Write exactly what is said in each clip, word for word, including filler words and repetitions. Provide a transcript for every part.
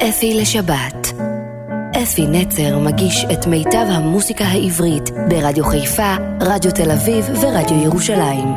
אפי לשבת. אפי נצר מגיש את מיטב המוסיקה העברית ברדיו חיפה, רדיו תל אביב ורדיו ירושלים.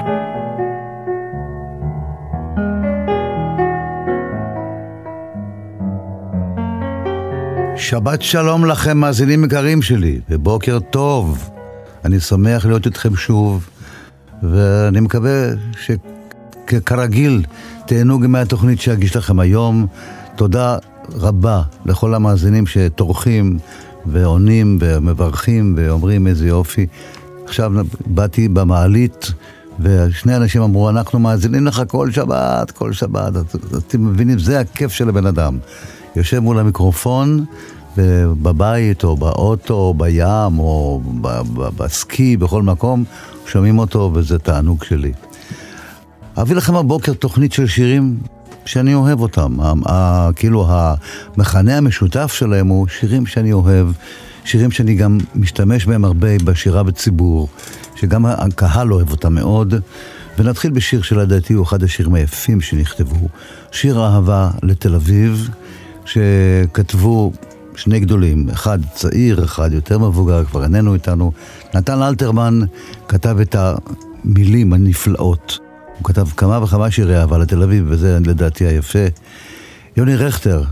שבת שלום לכם מאזינים יקרים שלי, ובוקר טוב. אני שמח להיות איתכם שוב, ואני מקווה שכרגיל תהנו גם מהתוכנית שאגיש לכם היום. תודה רבה לכל המאזינים שתורכים ועונים ומברכים ואומרים איזה יופי. עכשיו באתי במעלית ושני אנשים אמרו, אנחנו מאזינים לך כל שבת, כל שבת. אתם מבינים, זה הכיף של הבן אדם. יושב מול המיקרופון בבית או באוטו או בים או בסקי, בכל מקום, שומעים אותו וזה תענוג שלי. אביא לכם הבוקר תוכנית של שירים שאני אוהב אותם. כאילו המכנה המשותף שלהם הוא שירים שאני אוהב, שירים שאני גם משתמש בהם הרבה בשירה בציבור, שגם הקהל אוהב אותם מאוד. ונתחיל בשיר שלדעתי הוא אחד השירים היפים שנכתבו, שיר אהבה לתל אביב, שכתבו שני גדולים, אחד צעיר, אחד יותר מבוגר, כבר איננו איתנו. נתן אלתרמן כתב את המילים הנפלאות. הוא כתב כמה וכמה שירי אהבה לתל אביב, וזה לדעתי היפה. יוני רכטר,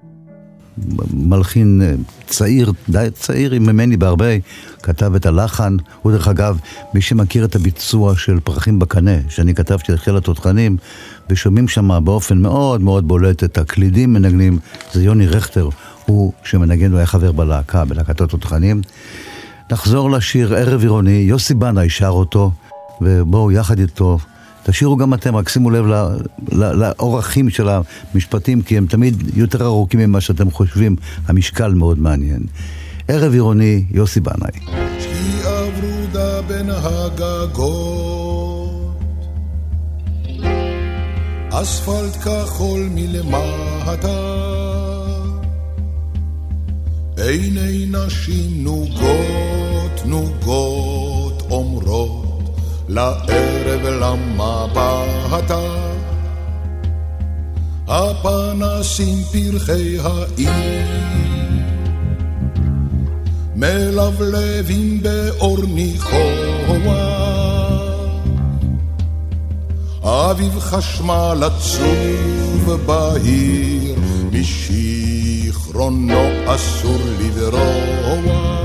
מלחין צעיר, די צעיר ממני בהרבה, כתב את הלחן. הוא דרך אגב, מי שמכיר את הביצוע של פרחים בקנה, שאני כתבתי את חיל התותחנים, ושומעים שם באופן מאוד מאוד בולט את הקלידים מנגנים, זה יוני רכטר, הוא שמנגן, הוא היה חבר בלהקה, בלהקת התותחנים. נחזור לשיר ערב עירוני, יוסי בנאי שר אותו, ובואו יחד איתו, תשירו גם אתם, רק שימו לב לאורחים של המשפטים, כי הם תמיד יותר ארוכים ממה שאתם חושבים, המשקל מאוד מעניין. ערב עירוני, יוסי בנאי. שקיעה ורודה בין הגגות, אספלט כחול מלמטה, עיני נשים נוגות נוגות אומרות לערב למבטה, הפנסים פרחי העיר מלבלבים באור ניחוח, אביב חשמל עצוב בהיר, משיכרונו אסור לברוח,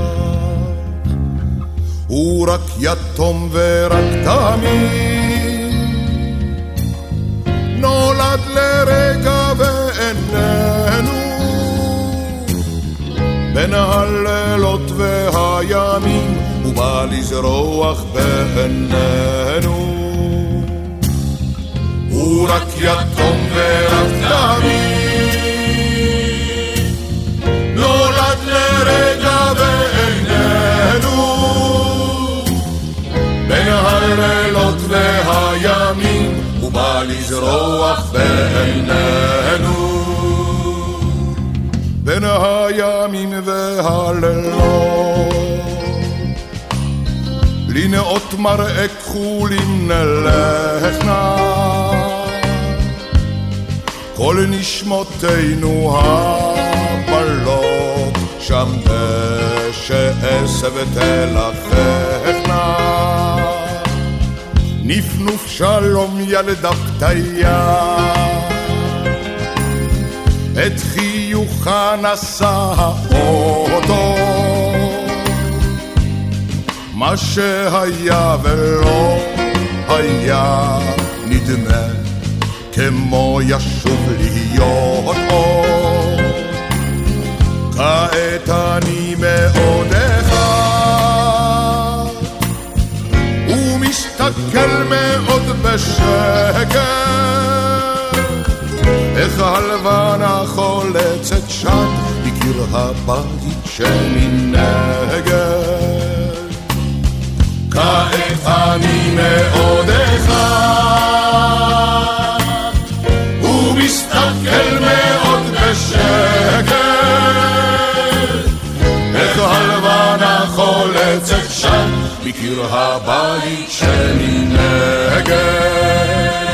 הוא רק יתום ורק תמיד, נולד לרגע ואיננו, בין הלילות והימים, הוא בא לזרוח בעינינו, הוא רק יתום ורק תמיד, נולד לרגע ואיננו, בין הלילות והימים, הוא בא לזרוח בעינינו, בין הימים והלילות, לנאות מראה כחולים נלכנה, כל נשמותינו הבלות, שם בשעשב תלכנה, נפנוף שלום ילדה פתיה, את חיוכה נשא האוטו, מה שהיה ולא היה נדמה כמו ישוב להיות עוד, כעת אני מאוד אחד ומסתכל מאוד בשקט, איך הלבנה חולצת שם בקיר הבית שמנגד, כעת אני מאוד אחד ומסתכל מאוד בשקט, איך הלבנה חולצת שם בקיר הבית שמנגד.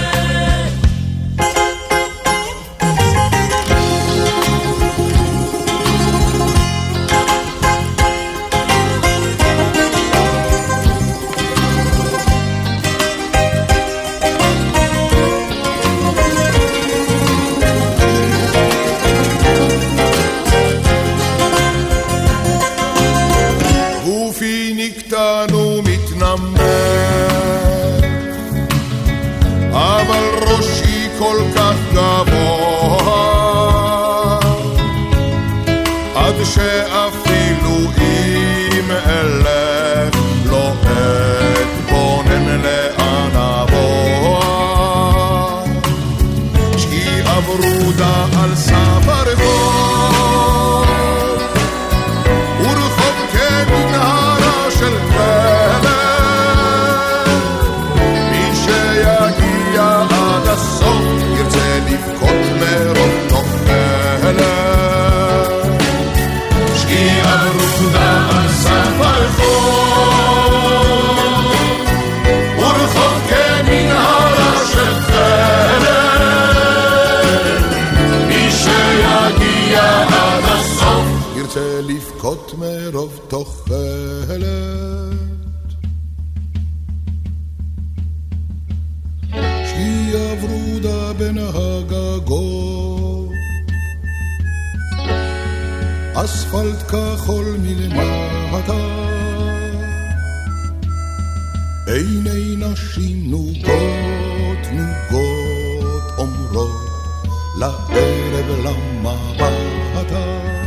שאפילו אם אלך לא אתבונן לאן אבוא, שכי אברודה על סף הרחוב ורחוב כמנהרה של כלב, מי שיגיע עד הסוף ירצה לבכות מרוב נופלת, שכי אברודה על סף הרחוב ורחוב כמנהרה של כלב, מי שיגיע עד הסוף ירצה לבכות מרוב תוחלת. שכי אברודה בין הגגות, אספלט כחול מלמטה, עיני נשים נוגות נוגות אומרות לערב למבטה.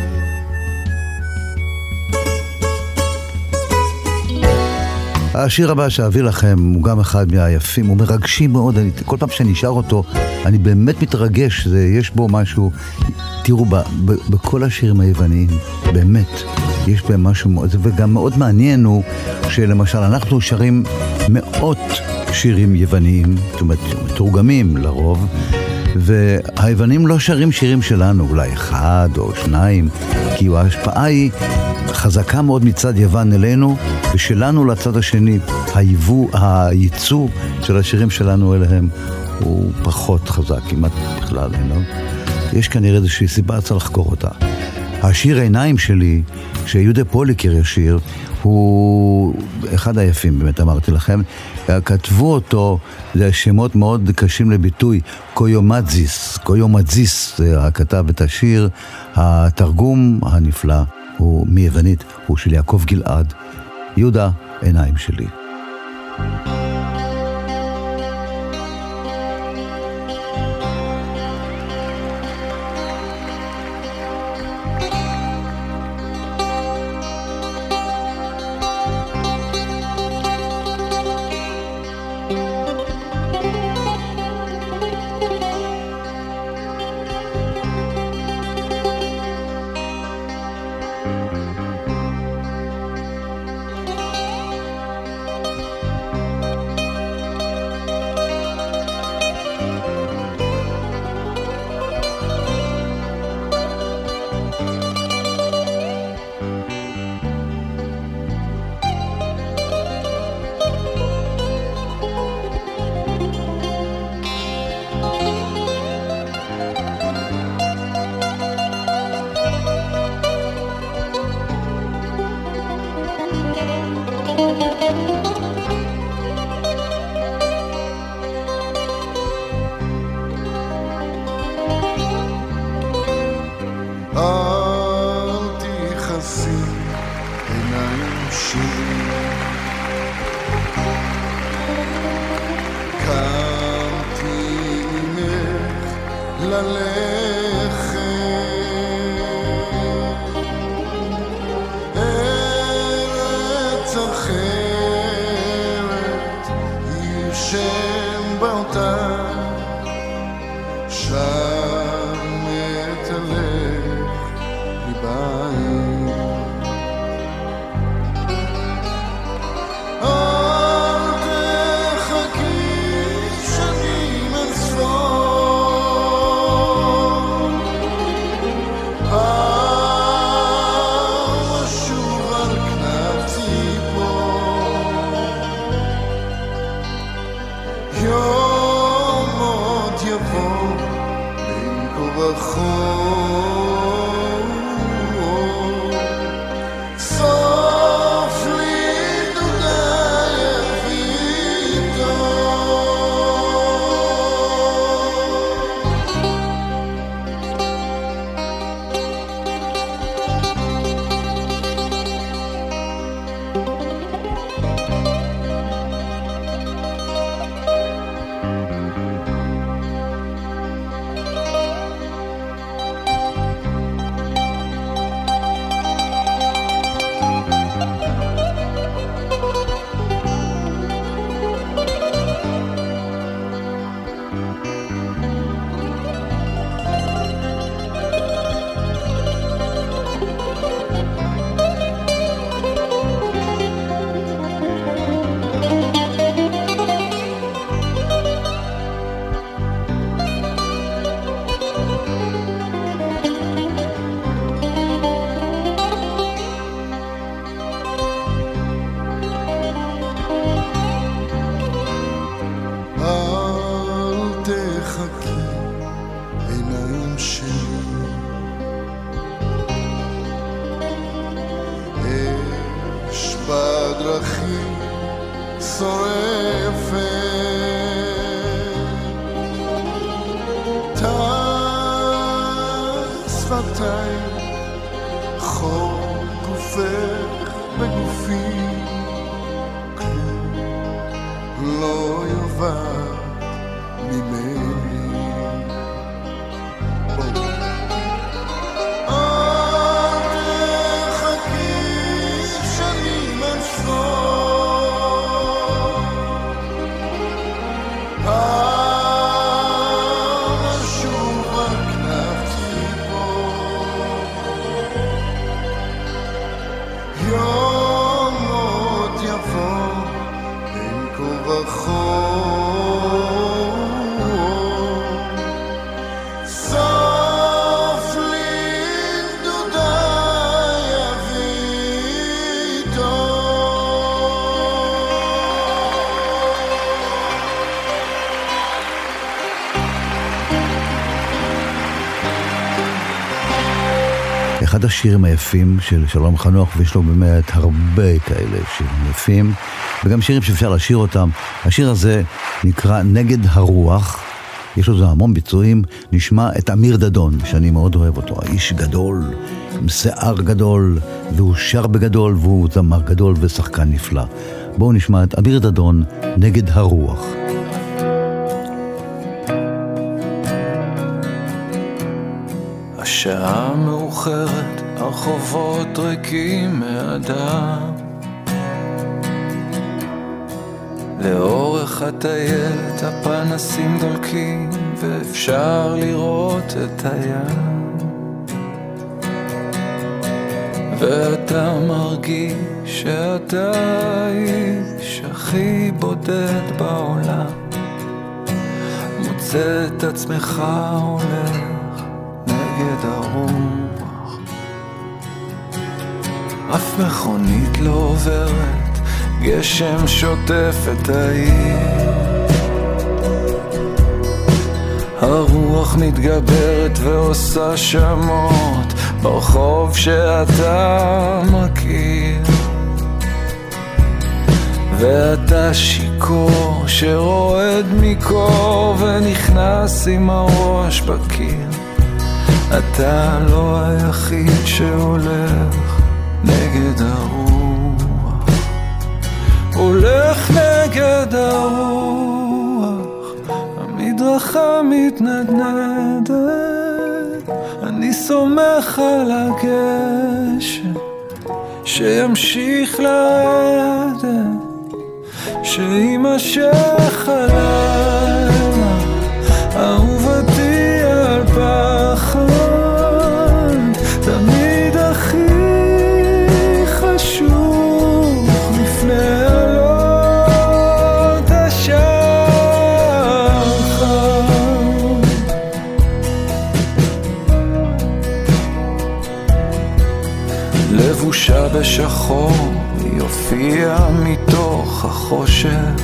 השיר הבא שאביא לכם הוא גם אחד מהיפים, הוא מרגשים מאוד, אני, כל פעם שאני נשאר אותו אני באמת מתרגש, זה, יש בו משהו, תראו, ב, ב, בכל השירים היווניים באמת יש בהם משהו מאוד, וגם מאוד מעניין הוא שלמשל אנחנו שרים מאות שירים יווניים, זאת אומרת מתורגמים לרוב, והיוונים לא שרים שירים שלנו, אולי אחד או שניים, כי ההשפעה היא חזקה מאוד מצד יוון אלינו, ושלנו לצד השני, היבוא, הייצוא של השירים שלנו אליהם הוא פחות חזק, כמעט בכלל, לא? יש כנראה איזושהי סיבה, צריך לחקור אותה. השיר עיניים שלי, שיהודה פוליקר ישיר, הוא אחד היפים, באמת אמרתי לכם, כתבו אותו, זה שמות מאוד קשים לביטוי, קויומדזיס, קויומדזיס, זה הכתב את השיר, התרגום הנפלא, הוא מיוונית, הוא של יעקב גלעד, יהודה, עיניים שלי. שלי. אש בדרכים שורפת, תא שפתיים, חור גופך בגופי, כלום לא יובד ממני. אחד השירים היפים של שלום חנוך, ויש לו באמת הרבה כאלה שירים יפים, וגם שירים שאפשר לשיר אותם. השיר הזה נקרא נגד הרוח, יש לו המון ביצועים. נשמע את אמיר דדון, שאני מאוד אוהב אותו, האיש גדול, עם שיער גדול, והוא שר בגדול, והוא זמר גדול ושחקן נפלא. בואו נשמע את אמיר דדון, נגד הרוח. השעה מאוחרת, הרחובות ריקים מאדם, לאורך הטיילת הפנסים דולקים, ואפשר לראות את הים, ואתה מרגיש שאתה האיש הכי בודד בעולם, מוצא את עצמך הולך נגד הרוח, אף מכונית לא עוברת, גשם שוטף את העיר, הרוח מתגברת ועושה שמות ברחוב שאתה מכיר, ואתה שיקור שרועד מקור ונכנס עם הראש בקיר, אתה לא היחיד שהולך נגד הרוח, הולך נגד הרוח, המדרכה מתנדנדת, אני סומך על הגשם שימשיך לרדת, שימשך עלינו אהובתי על פחד, תמיד הכי חשוב לפני עלות השחר, לבושה בשחור היא הופיעה מתוך החושך,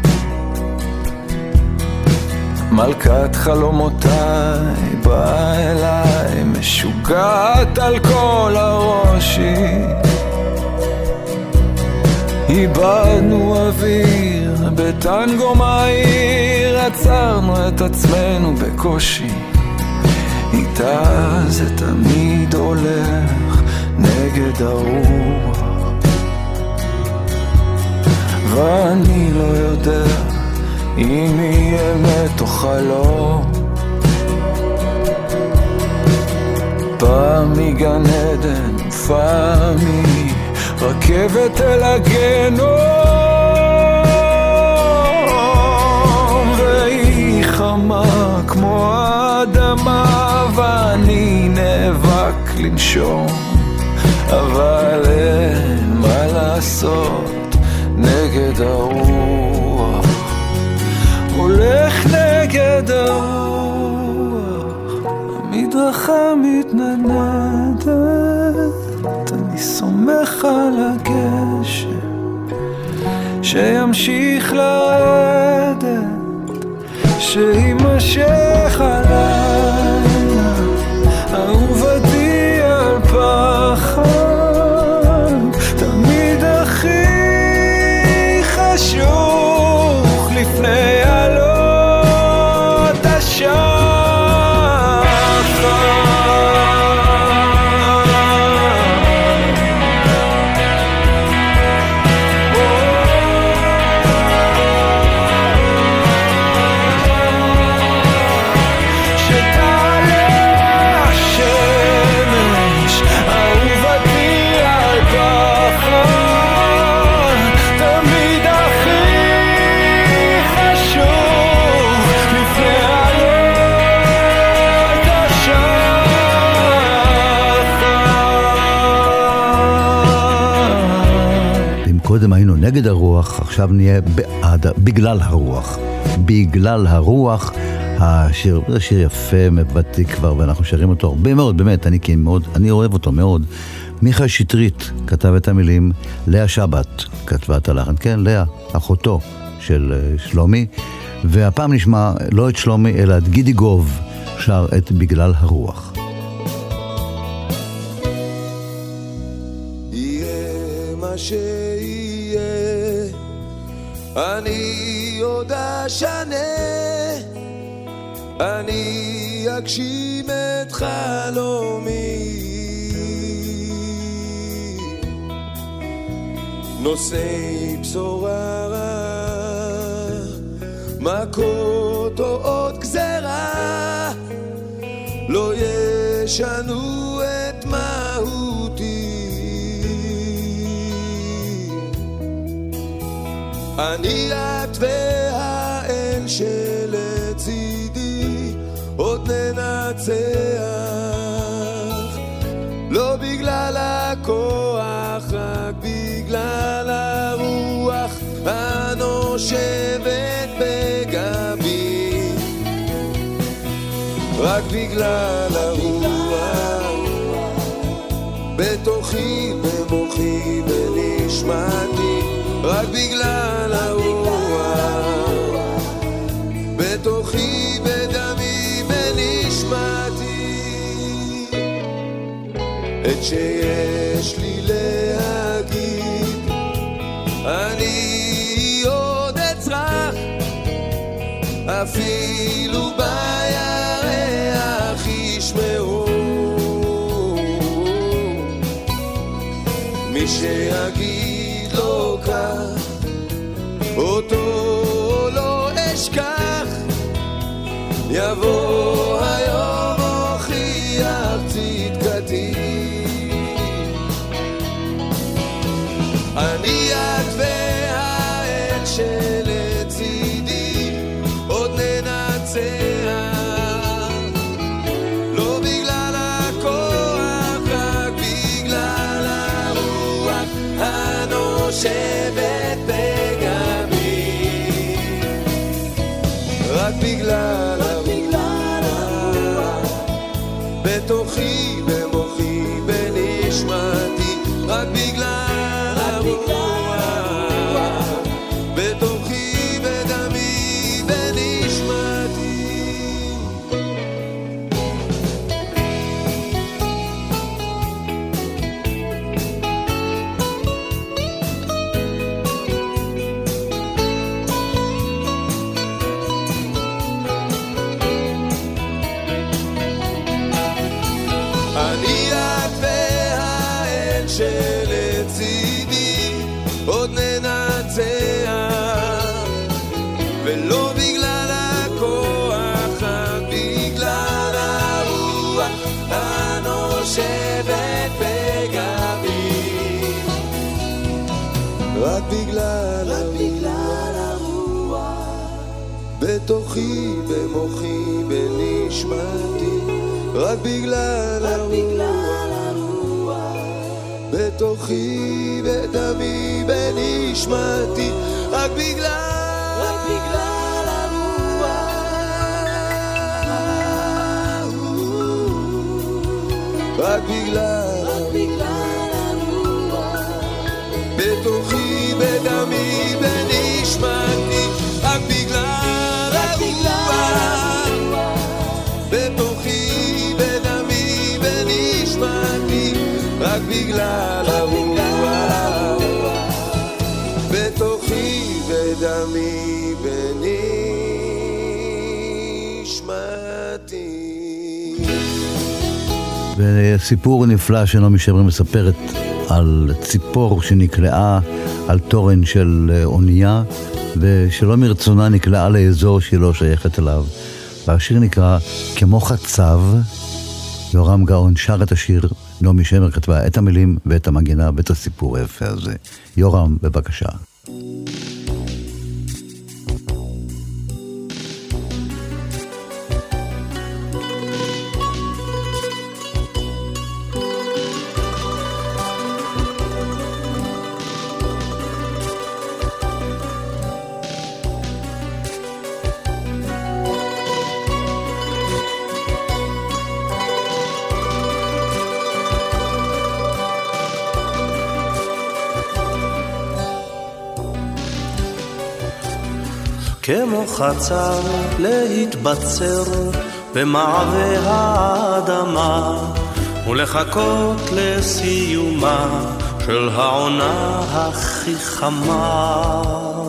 מלכת חלומותיי באה אליי משוגעת על כל הראשי, איבדנו אוויר בטנגו מהיר, עצרנו את עצמנו בקושי, איתה זה תמיד הולך נגד הרוח, ואני לא יודע אם יהיה אמת או חלום, פעם מגן עדן ופעם רכבת אל הגיהנום, והיא חמה כמו האדמה ואני נאבק לנשום, אבל אין מה לעשות נגד הרוח, הולך נגד הרוח, המדרכה מתנדנדת, אני סומך על הגשם שימשיך לרדת, שימשך עליי קודם היינו נגד הרוח, עכשיו נהיה בעד, בגלל הרוח. בגלל הרוח, השיר, זה שיר יפה, מבטא כבר, ואנחנו שרים אותו הרבה מאוד, באמת, אני, מאוד, אני אוהב אותו מאוד. מיכה שטרית כתב את המילים, לאה שבת כתבה את הלחן, כן, לאה, אחותו של שלומי, והפעם נשמע לא את שלומי, אלא את גידי גוב, שר את בגלל הרוח. יהיה מה שיהיה, אני עוד אשנה, אני אגשים את חלומי, נושאי בשורה רע, מכות או עוד גזרה, לא ישנו את מהותי. אני את והאל שלצידי עוד ננצח, לא בגלל הכוח, רק בגלל הרוח הנושבת בגבי, רק בגלל הרוח בתוכי, במוחי, בנשמתי, רק בגלל הרוח בתוכי, בדמי, בנשמתי, את שיש לי להגיד אני עוד אצרח, אפילו בירח ישמעו, מי שיגיד לו כך אותו לא אשכח, יבוא היום הוכיח צדקתי. אני את והאל שלצידי עוד ננצח, לא בגלל הכוח, רק בגלל הרוח הנושבת בגבי, רק בגלל הרוח בתוכי, במוחי, בנשמתי, רק בגלל הרוח בתוכי, בדמי, בנשמתי. אני את והאל שלצידי עוד ננצח, ולא בגלל הכוח, רק בגלל הרוח הנושבת בגבי, רק בגלל הרוח בתוכי, במוחי, בנשמתי, רק בגלל הרוח בתוכי, בדמי, בנשמתי, רק בגלל, רק בגלל הרוח, רק בגלל, רק בגלל הרוח בתוכי, בדמי, בנשמתי, רק בגלל הרוח בתוכי, בדמי, בנשמתי, רק בגלל הרוח בתוכי, בדמי, בנשמתי. וסיפור נפלא שנעמי שמר מספרת על ציפור שנקלעה על תורן של אונייה, ושלא מרצונה נקלעה לאזור שהיא לא שייכת אליו. והשיר נקרא כמו חצב. יורם גאון שר את השיר, נעמי שמר כתבה את המילים ואת המנגינה ואת הסיפור היפה הזה. יורם, בבקשה. כמו חצר להתבצר במעבה האדמה ולחכות לסיומה של העונה הכי חמה,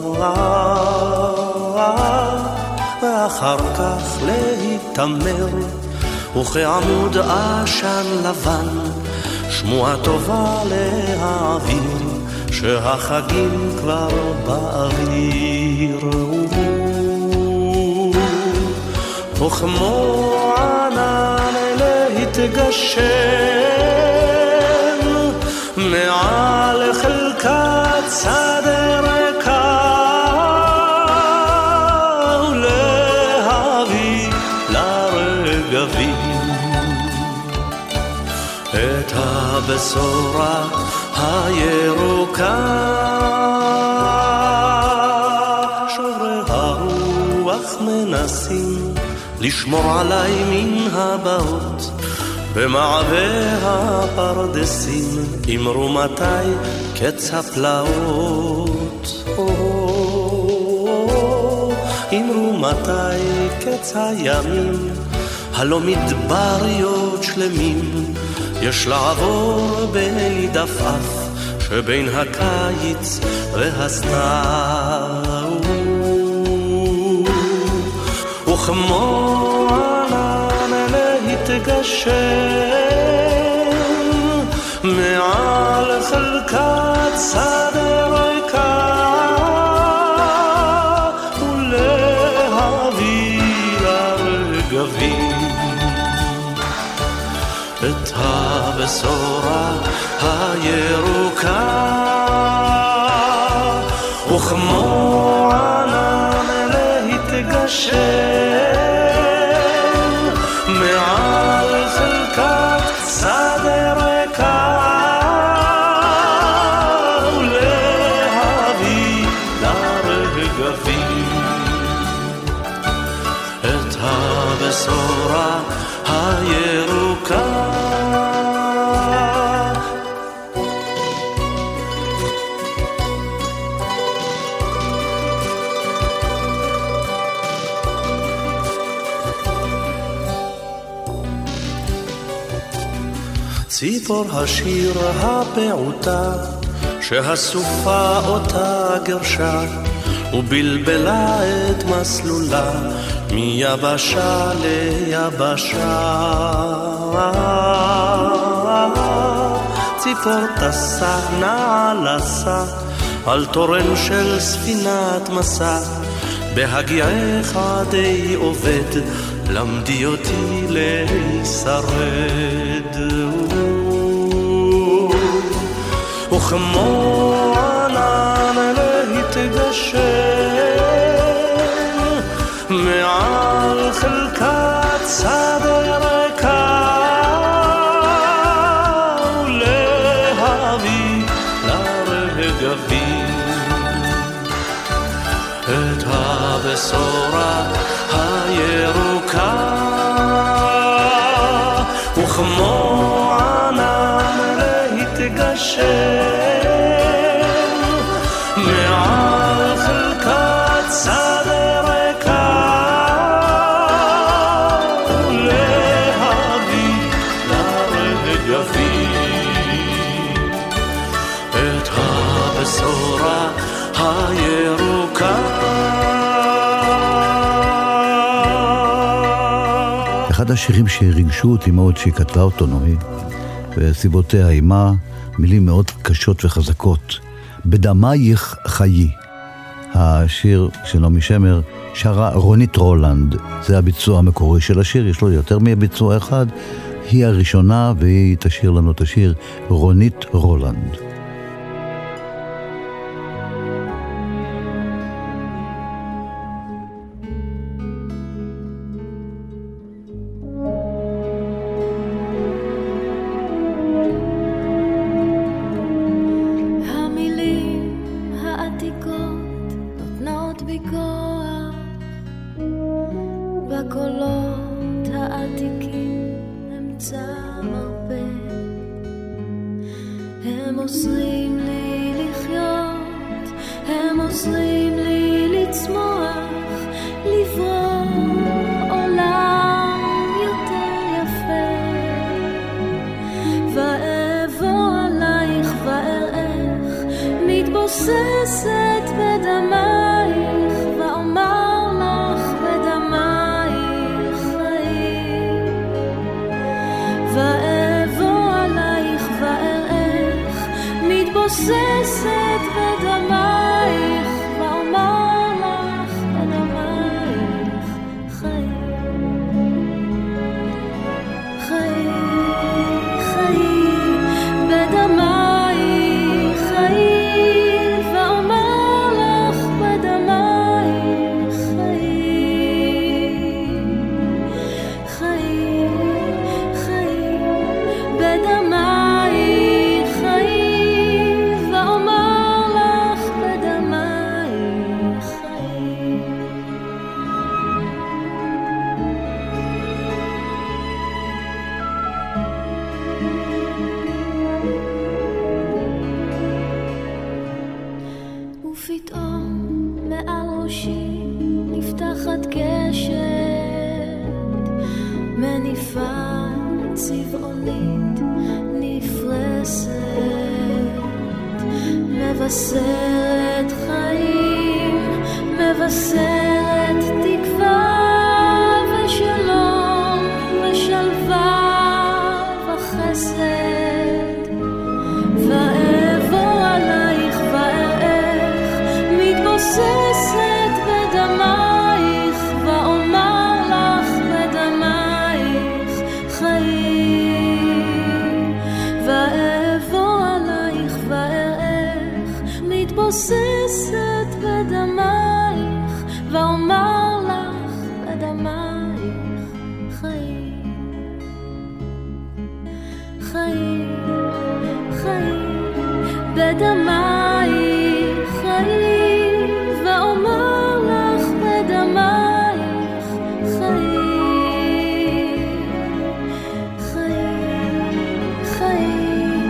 ואחר כך להתאמר וכעמוד עשן לבן שמועה טובה להעביר שהחגים כבר באוויר, וכמו ענן להתגשם מעל חלקת שדה ריקה ולהביא לרגבים את הבשורה הירוקה. שוברי הרוח מנסים לשמור עליי מן הבאות במעבה הפרדסים, אמרו מתי קץ הפלאות, אמרו מתי קץ הימים הלא מדבריות שלמים יש לעבור בלי דפף שבין הקיץ והסתיו, וכמו ענן להתגשם מעל חלקת שדה ריקה ולהביא לרגבים את הבשורה הירוקה, וכמו ענן להתגשם מעל חלקת שדה ריקה ולהביא לרגבים את הבשורה הירוקה. ציפור השיר הפעוטה שהסופה אותה גרשה ובלבלה את מסלולה מיבשה ליבשה, ציפור טסה נעלסה על תורן של ספינת מסע, בהגיעך עדי עובד למדי אותי להישרד, וכמו ענן להתגשם מעל חלקת שדה ריקה ולהביא לרגבים את הבשורה הירוקה, וכמו ענן להתגשם מעל חלקת שדה ריקה ולהביא לרגבים את הבשורה הירוקה. אחד השירים שריגשו אותי מאוד שהיא כתבה אותו נוהי, וסיבותיה עימה מילים מאוד קשות וחזקות. בדמייך חיי. השיר של נעמי שמר שרה רונית רולנד, זה הביצוע המקורי של השיר, יש לו יותר מביצוע אחד, היא הראשונה והיא תשיר לנו את השיר רונית רולנד. עוזרים לי לחיות, הם עוזרים לי לצמוח מתבוססת בדמייך ואומר לך בדמייך חיים ואבוא עלייך ואראך מתבוססת בדמייך ואומר לך בדמייך חיים חיים חיים בדמייך חיים ואומר לך בדמייך חיים חיים חיים בדמייך חיים ואומר לך בדמייך חיים ופתאום מעל ראשי נפתחת קשת מניפה צבעונית נפרסת מבשרת חיים מבשרת תקווה ושלום ושלווה וחסד ואבוא עלייך ואראך מתבוססת בדמייך ואומר לך בדמייך חיים ואבוא עלייך ואראך מתבוססת בדמייך ואומר לך בדמייך חיים חיים חיים בדמייך חיים ואומר לך בדמייך חיים חיים חיים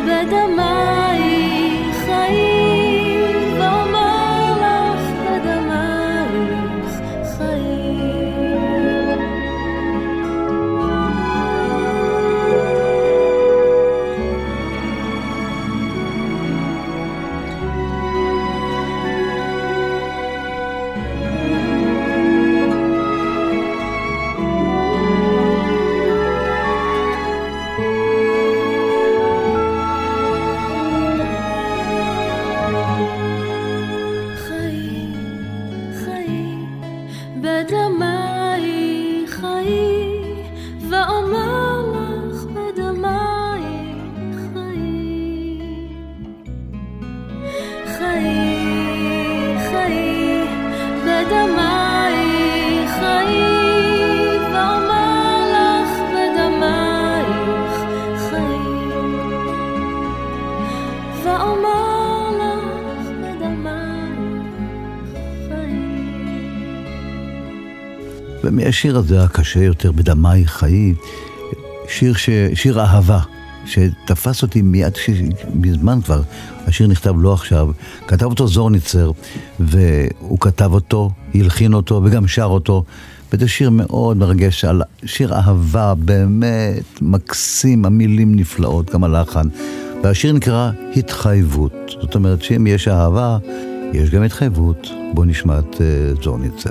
בדמייך חיים ואומר לך בדמייך חיים חיים חיים בדמייך חיים ואומר לך בדמייך חיים חיים חיים בדמייך חיים ואומר לך בדמייך חיים ואומר לך בדמייך חיים ומהשיר הזה הקשה יותר, בדמייך חיי, שיר, ש... שיר אהבה, שתפס אותי מיד, ש... מזמן כבר, השיר נכתב לא עכשיו, כתב אותו זורניצר, והוא כתב אותו, הלחין אותו, וגם שר אותו, וזה שיר מאוד מרגש, על שיר אהבה באמת מקסים, המילים נפלאות, גם הלחן, והשיר נקרא התחייבות, זאת אומרת שאם יש אהבה, יש גם התחייבות. בוא נשמע את uh, זורניצר.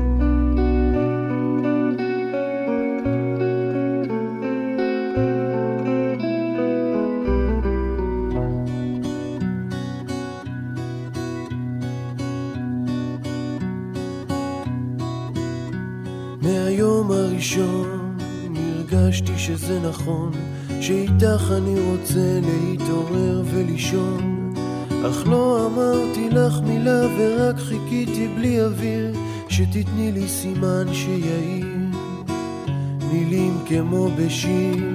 מהיום הראשון הרגשתי שזה נכון, שאיתך אני רוצה להתעורר ולישון, אך לא אמרתי לך מילה ורק חיכיתי בלי אוויר שתתני לי סימן שיעיר, מילים כמו בשיר.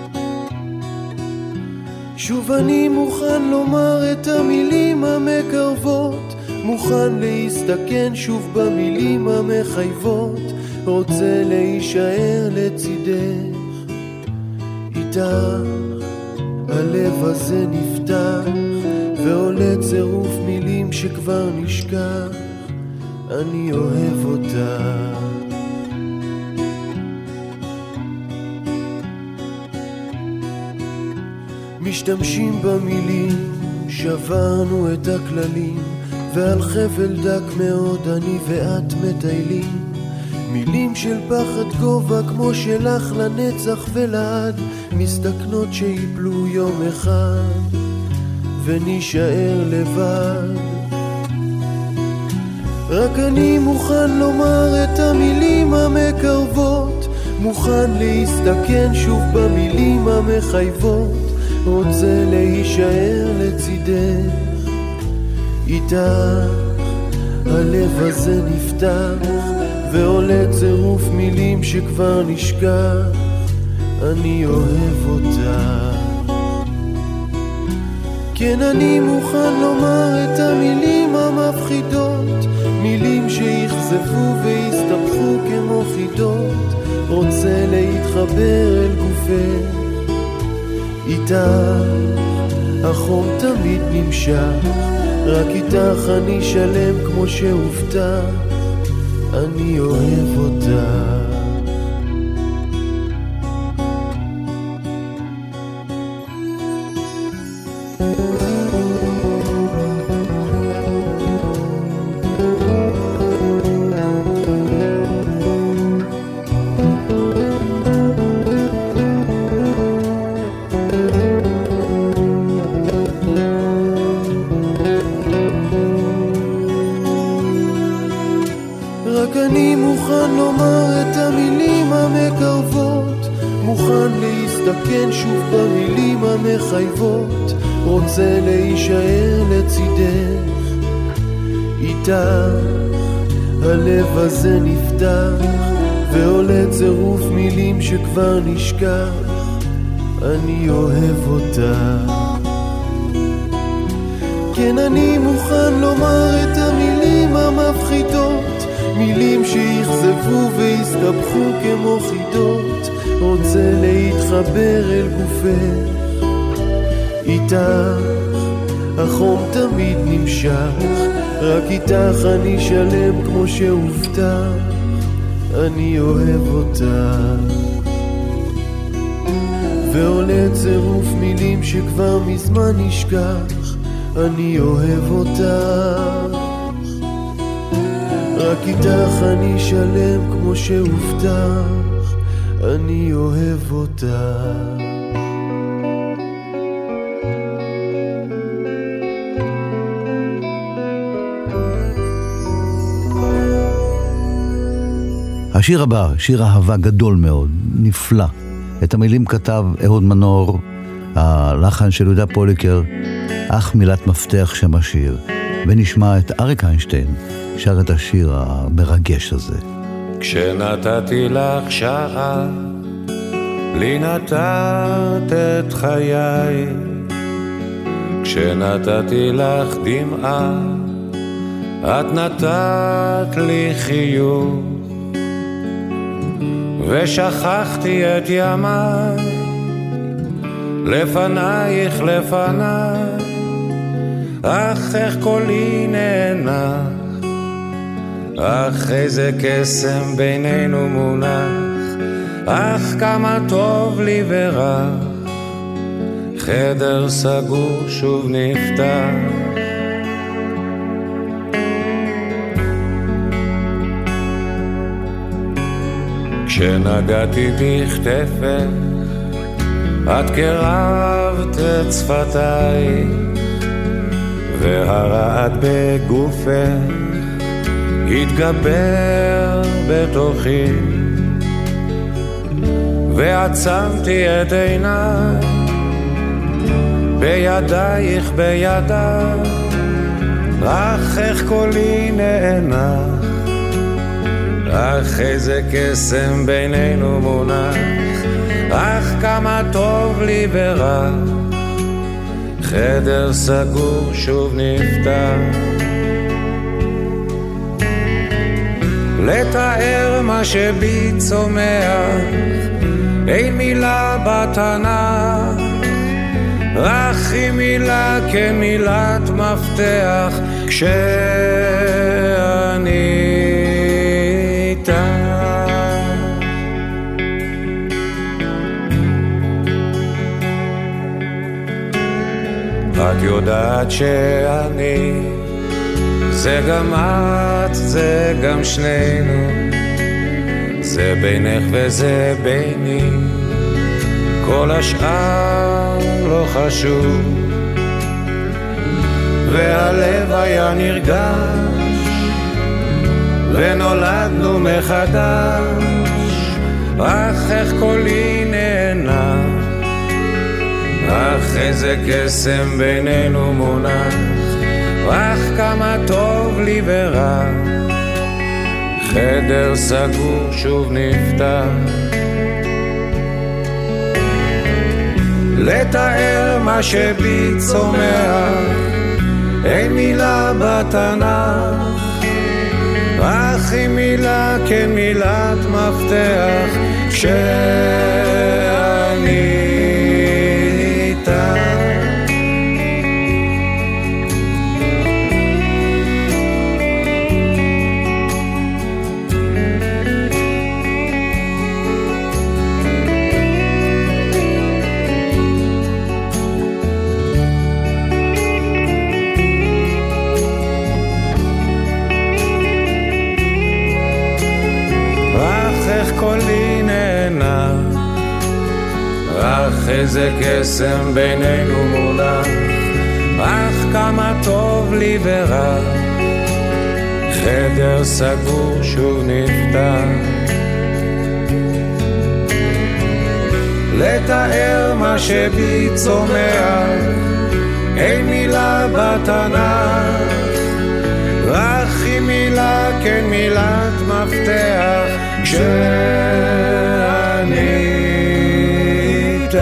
שוב אני מוכן לומר את המילים המקרבות, מוכן להסתכן שוב במילים המחייבות, רוצה להישאר לצידך, איתך הלב הזה נפתח ועולה צירוף מילים שכבר נשכח, אני אוהב אותך. משתמשים במילים שברנו את הכללים ועל חבל דק מאוד אני ואת מטיילים, מילים של פחד גובה כמו שלך לנצח ולעד, מסתכנות שיפלו יום אחד ונשאר לבד. רק אני מוכן לומר את המילים המקרבות, מוכן להסתכן שוב במילים המחייבות, רוצה להישאר לצידך, איתך הלב הזה נפתח ועולה צירוף מילים שכבר נשכח, אני אוהב אותך. כן, אני מוכן לומר את המילים המפחידות, מילים שיחזפו ויסתבכו כמו חידות, רוצה להתחבר אל גופך, איתך החום תמיד נמשך, רק איתך אני שלם כמו שהובטח, אני אוהב אותך. שוב במילים המחייבות, רוצה להישאר לצידך, איתך הלב הזה נפתח ועולה צירוף מילים שכבר נשכח, אני אוהב אותך. כן, אני מוכן לומר את המילים המפחידות, מילים שיחזבו ויסתבכו כמו חידות, רוצה להתחבר אל גופך, איתך החום תמיד נמשך, רק איתך אני שלם כמו שהובטח, אני אוהב אותך. ועולה צירוף מילים שכבר מזמן נשכח, אני אוהב אותך. רק איתך אני שלם כמו שהובטח, אני אוהב אותך. השיר הבא, שיר אהבה גדול מאוד, נפלא. את המילים כתב אהוד מנור, הלחן של יהודה פוליקר, אך מילת מפתח שם השיר. ונשמע את אריק איינשטיין שר את השיר המרגש הזה. כשנתתי לך שעה, לי נתת את חיי, כשנתתי לך דמעה, את נתת לי חיוך, ושכחתי את ימיי, לפנייך לפניי, אך איך קולי נאנח, אך איזה קסם בינינו מונח, אך כמה טוב לי ורח, חדר סגור שוב נפתח. כשנגעתי בכתפך, את קרבת את שפתיי, והרעד בגופך התגבר בתוכי, ועצמתי את עיניי בידייך בידיי, אך איך קולי נאנח, אך איזה קסם בינינו מונח, אך כמה טוב לי ורע, חדר סגור שוב נפתח. לתאר מה שבי צומח, אין מילה בתנ"ך, רק היא מילה כמילת מפתח, כשאני איתך. את יודעת שאני, זה גם את, זה גם שנינו, זה בינך וזה ביני, כל השאר לא חשוב. והלב היה נרגש ונולדנו מחדש, אך איך קולי נהנה, אך איזה קסם בינינו מונח, אך כמה טוב לי ורע, חדר סגור שוב נפתח. לתאר מה שבי צומח, אין מילה בתנ"ך, אך היא מילה כמילת מפתח, כשאני איתה. קולי נהנה, אך איזה קסם בינינו מונח, אך כמה טוב לי ורע, חדר סגור שוב נפתח. לתאר מה שבי צומח, אין מילה בתנ"ך, אך היא מילה כן מילת מפתח, כשאני איתך.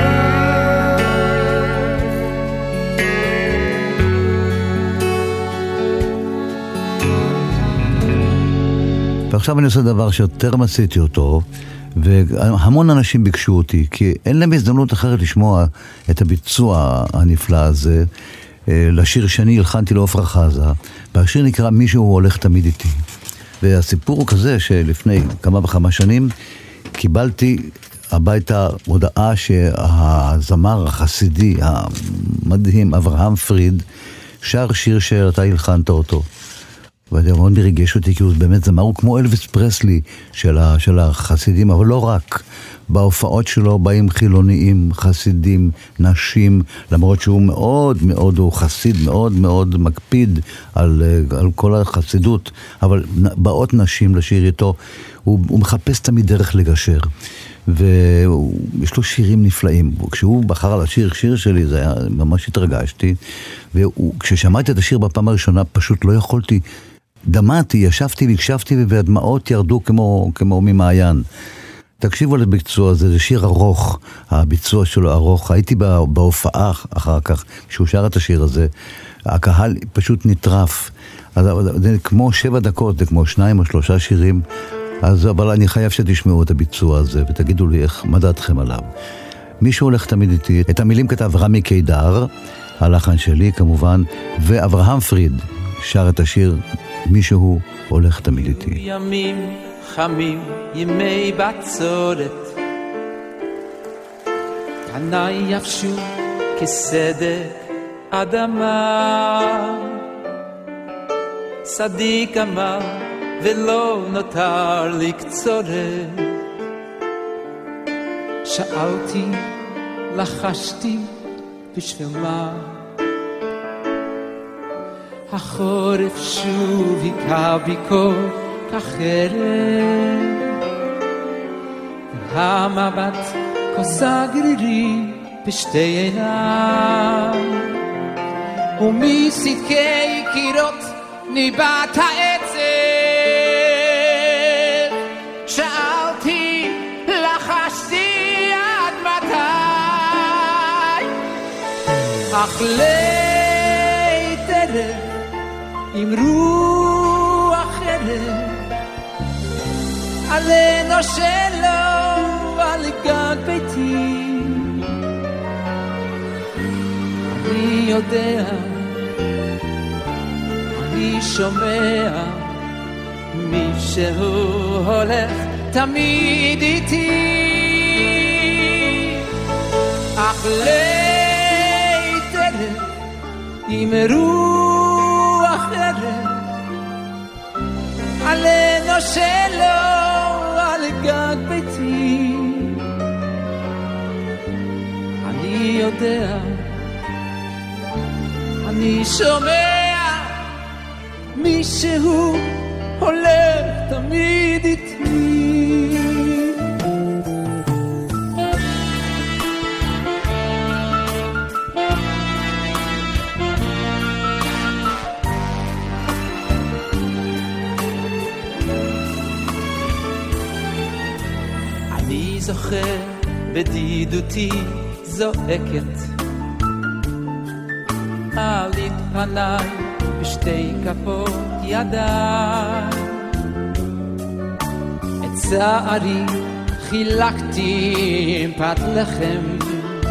ועכשיו אני עושה דבר שיותר עשיתי אותו, והמון אנשים ביקשו אותי, כי אין להם הזדמנות אחרת לשמוע את הביצוע הנפלא הזה, לשיר שאני הלחנתי לעופרה חזה, והשיר נקרא מישהו הולך תמיד איתי. והסיפור הוא כזה שלפני כמה וכמה שנים קיבלתי הביתה הודעה שהזמר החסידי המדהים אברהם פריד שר שיר שאתה הלחנת אותו. ואני מאוד מרגש אותי, כי הוא באמת זמר, הוא כמו אלוויס פרסלי של, ה, של החסידים, אבל לא רק. בהופעות שלו באים חילוניים, חסידים, נשים, למרות שהוא מאוד מאוד, הוא חסיד מאוד מאוד מקפיד על, על כל החסידות, אבל באות נשים לשיר איתו, הוא, הוא מחפש תמיד דרך לגשר. ויש לו שירים נפלאים. כשהוא בחר על השיר, שיר שלי, זה היה, ממש התרגשתי, וכששמעתי את השיר בפעם הראשונה, פשוט לא יכולתי, דמעתי, ישבתי והקשבתי, והדמעות ירדו כמו, כמו ממעיין. תקשיבו לביצוע הזה, זה שיר ארוך, הביצוע שלו ארוך, הייתי בהופעה אחר כך, כשהוא שר את השיר הזה, הקהל פשוט נטרף, אז זה כמו שבע דקות, זה כמו שניים או שלושה שירים, אז אבל אני חייב שתשמעו את הביצוע הזה, ותגידו לי איך, מה דעתכם עליו. מישהו הולך תמיד איתי, את המילים כתב רמי קידר, הלחן שלי כמובן, ואברהם פריד שר את השיר, מישהו הולך תמיד איתי. ימים חמים, ימי בצורת, פניי יבשו כסדק אדמה, צדיק אמר ולא נותר לי קצורת, שאלתי, לחשתי, בשביל מה? החורף שוב היכה בי כל כך חרב, והמבט כוסה גרירי בשתי עיניו, ומסדקי קירות ניבט העצב, שאלתי, לחשתי עד מתי, אך לית ערב עם רוח ערב, עלינו שלו על גג ביתי, אני יודע, אני שומע, מישהו הולך תמיד איתי, אך לית ערב עם רוח ערב עלינו שלו על גג ביתי. אני יודע, אני שומע מישהו הולך תמיד איתי. אני זוכר בדידותי זועקת עלית פניי בשתי כפות ידיי, את צערי חילקתי עם פת לחם.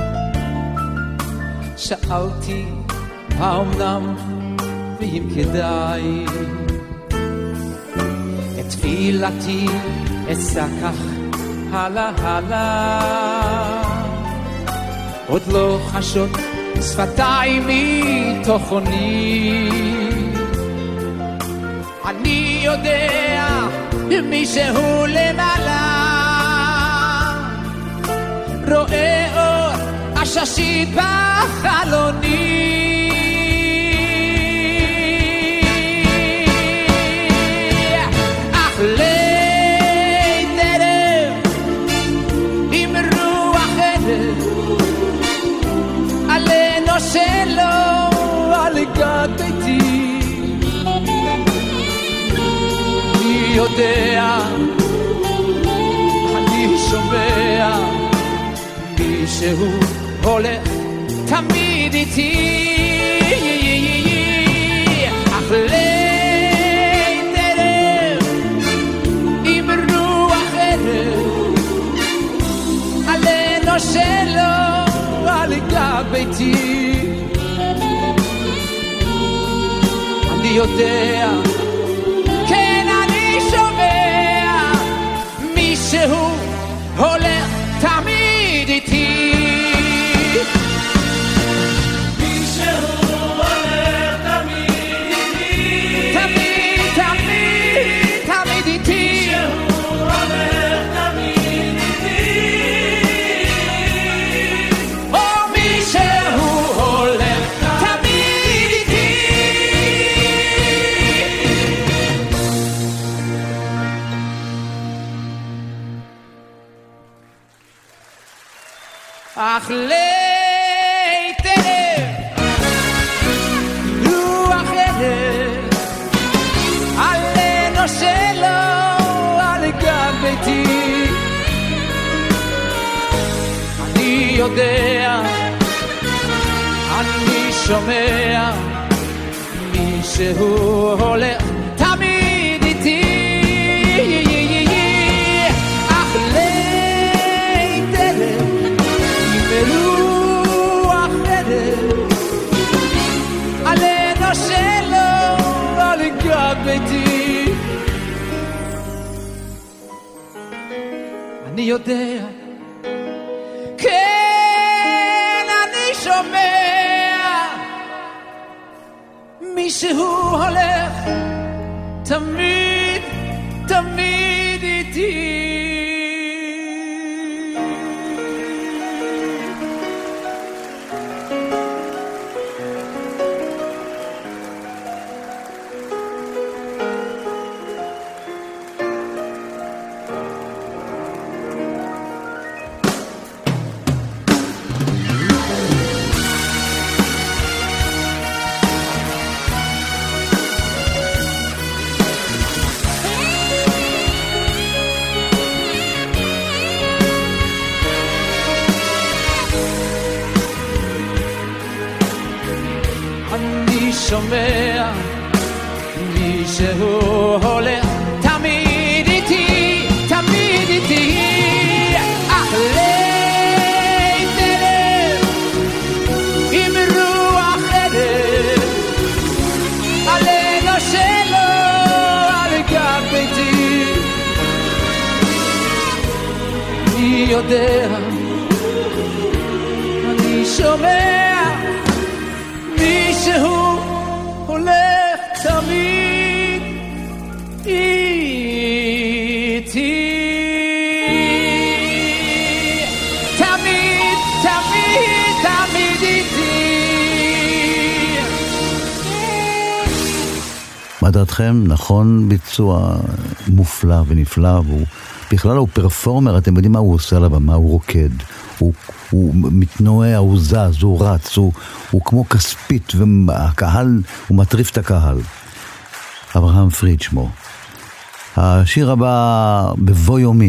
שאלתי האומנם ואם כדאי, את תפילתי אשא כך הלאה הלאה, עוד לא חשות שפתיים מתוכני. אני יודע מישהו למעלה רואה אור עששית בחלוני. אך ליל ערב עם רוח ערב עלינו שלו על גג ביתי. אני יודע, אני שומע מישהו הולך תמיד איתי. אך ליל ערב עם רוח ערב עלינו שלו על גג ביתי. אני יודע, כן אני שומע מישהו הולך תמיד איתי. מישהו הולך תמיד איתי. תמיד תמיד תמיד איתי. מישהו הולך תמיד איתי. או מישהו הולך תמיד איתי. אך ליל ערב רוח ערב עלינו שלו על גג ביתי. אני יודע, אני שומע מישהו הולך תמיד איתי. אך ליל ערב ברוח ערב עלינו שלו על גג ביתי. אני יודע, כן אני שומע מישהו הולך תמיד תמיד איתי. שומע מישהו הולך תמיד איתי, תמיד איתי. אך ליל ערב עם רוח ערב עלינו שלו על גג ביתי. אני יודע, אני שומע מישהו מה דעתכם? נכון, ביצוע מופלא ונפלא, והוא, בכלל הוא פרפורמר, אתם יודעים מה הוא עושה על הבמה, הוא רוקד, הוא, הוא מתנועע, הוא זז, הוא רץ, הוא, הוא כמו כספית, והקהל, הוא מטריף את הקהל. אברהם פריד שמו. השיר הבא, בבוא יומי.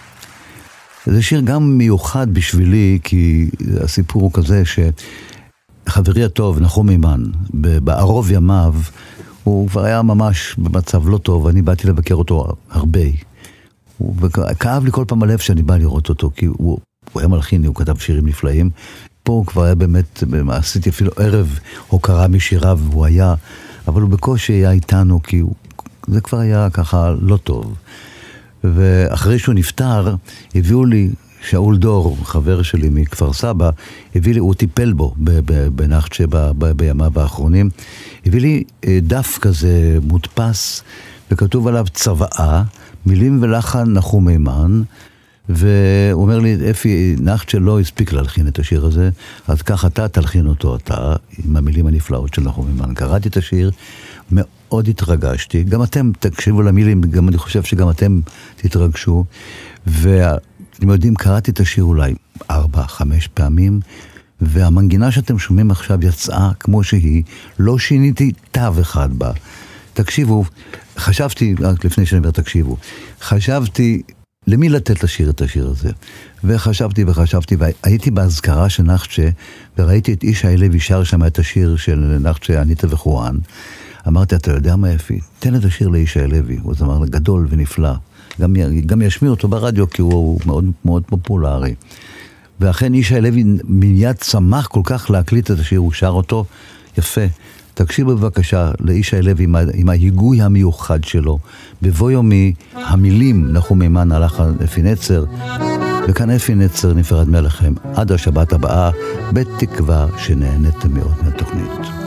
זה שיר גם מיוחד בשבילי, כי הסיפור הוא כזה שחברי הטוב, נחום אימן, בערוב ימיו, הוא כבר היה ממש במצב לא טוב, ואני באתי לבקר אותו הרבה. וכאב לי כל פעם הלב שאני בא לראות אותו, כי הוא, הוא היה מלחין, הוא כתב שירים נפלאים. פה הוא כבר היה באמת, עשיתי אפילו ערב הוקרה משיריו, והוא היה, אבל הוא בקושי היה איתנו, כי הוא, זה כבר היה ככה לא טוב. ואחרי שהוא נפטר, הביאו לי, שאול דור, חבר שלי מכפר סבא, הביא לי, הוא טיפל בו בנחצ'ה בימיו האחרונים, הביא לי דף כזה מודפס, וכתוב עליו צוואה, מילים ולחן נחום אימן, והוא אומר לי, אפי, נחצ'ה לא הספיק להלחין את השיר הזה, אז כך אתה תלחין אותו, אתה, עם המילים הנפלאות של נחום אימן. קראתי את השיר, מאוד התרגשתי, גם אתם תקשיבו למילים, גם אני חושב שגם אתם תתרגשו, ואתם יודעים, קראתי את השיר אולי ארבע, חמש פעמים, והמנגינה שאתם שומעים עכשיו יצאה כמו שהיא, לא שיניתי תו אחד בה. תקשיבו, חשבתי, רק לפני שאני אומר תקשיבו, חשבתי למי לתת לשיר את השיר הזה, וחשבתי וחשבתי, והייתי בהזכרה של נחצ'ה, וראיתי את איש הלוי שר שם את השיר של נחצ'ה, אניטה וחואן, אמרתי, אתה יודע מה יפי? תן את השיר לאיש הלוי, הוא זמר גדול ונפלא, גם, גם ישמיע אותו ברדיו, כי הוא מאוד, מאוד פופולרי. ואכן איש הלוי מיד שמח כל כך להקליט את השיר, הוא שר אותו יפה. תקשיבו בבקשה לאיש הלוי עם, עם ההיגוי המיוחד שלו. בבוא יומי, המילים נחום אימן הלחן אפי נצר, וכאן אפי נצר נפרד מלכם עד השבת הבאה, בתקווה שנהנתם מאוד מהתוכנית.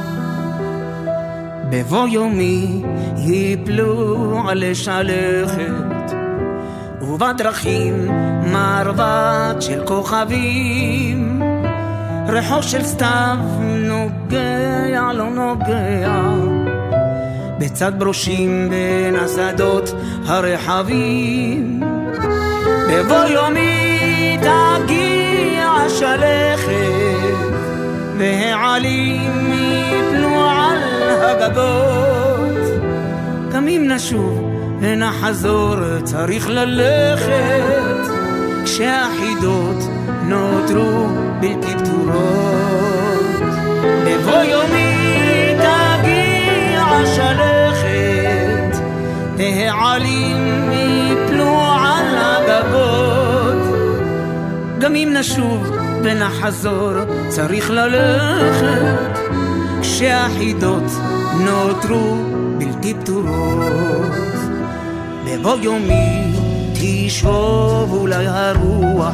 בבוא יומי יפלו על שלכת, ובדרכים מרבט של כוכבים, ריחו של סתיו נוגע לא נוגע, בצד ברושים בין השדות הרחבים. בבוא יומי תגיע שלכת, והעלים יפלו על הגגות, גם אם נשוב ונחזור צריך ללכת, כשהחידות נותרו בלתי פתורות. בבוא יומי תגיע שלכת, והעלים יפלו על הגגות, גם אם נשוב ונחזור צריך ללכת, כשהחידות נותרו בלתי פתורות. בבוא יומי תשוב אולי הרוח,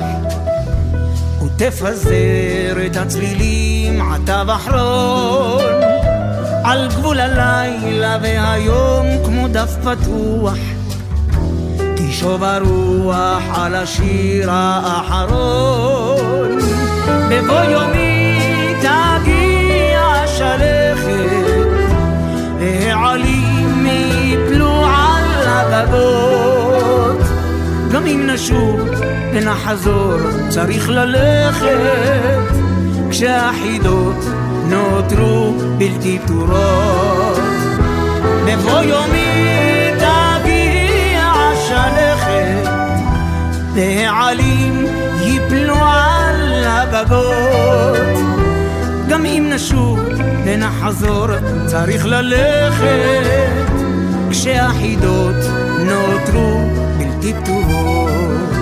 ותפזר את הצלילים עטב אחרון, על גבול הלילה והיום כמו דף פתוח, תשוב הרוח על השיר האחרון. בבוא יומי תגיע שלכת, והעלים יפלו על הגגות, גם אם נשוב ונחזור צריך ללכת, כשהחידות נותרו בלתי פתורות. בבוא יומי תגיע שלכת, והעלים יפלו על הגגות, גם אם נשוב ונחזור צריך ללכת, כשהחידות נותרו בלתי פתורות.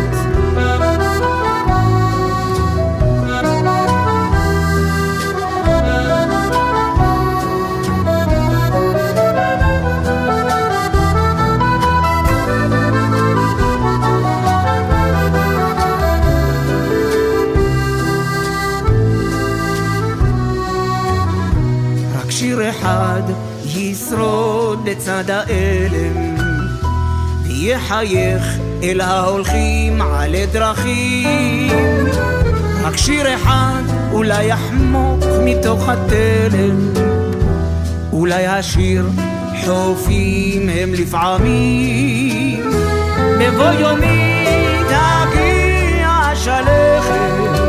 רק שיר אחד ישרוד בצד האלם, ויחייך אל ההולכים על דרכים. רק שיר אחד אולי יחמוק מתוך התלם, אולי השיר חופים הם לפעמים, בבוא יומי תגיע השלכת,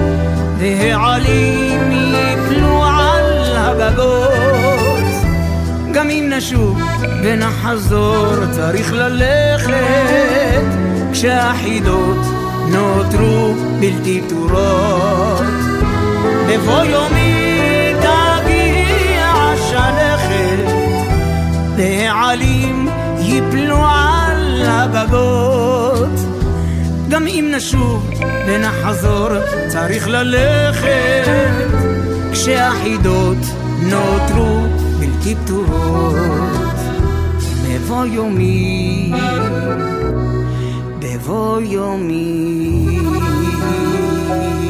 והעלים יפלו על הגגות. גם אם נשוב ונחזור צריך ללכת, כשהחידות נותרו בלתי פתורות. בבוא יומי תגיע השלכת, והעלים יפלו על הגגות. גם אם נשוב ונחזור צריך ללכת, כשהחידות נותרו בלתי פתורות. בבוא יומי, בבוא יומי.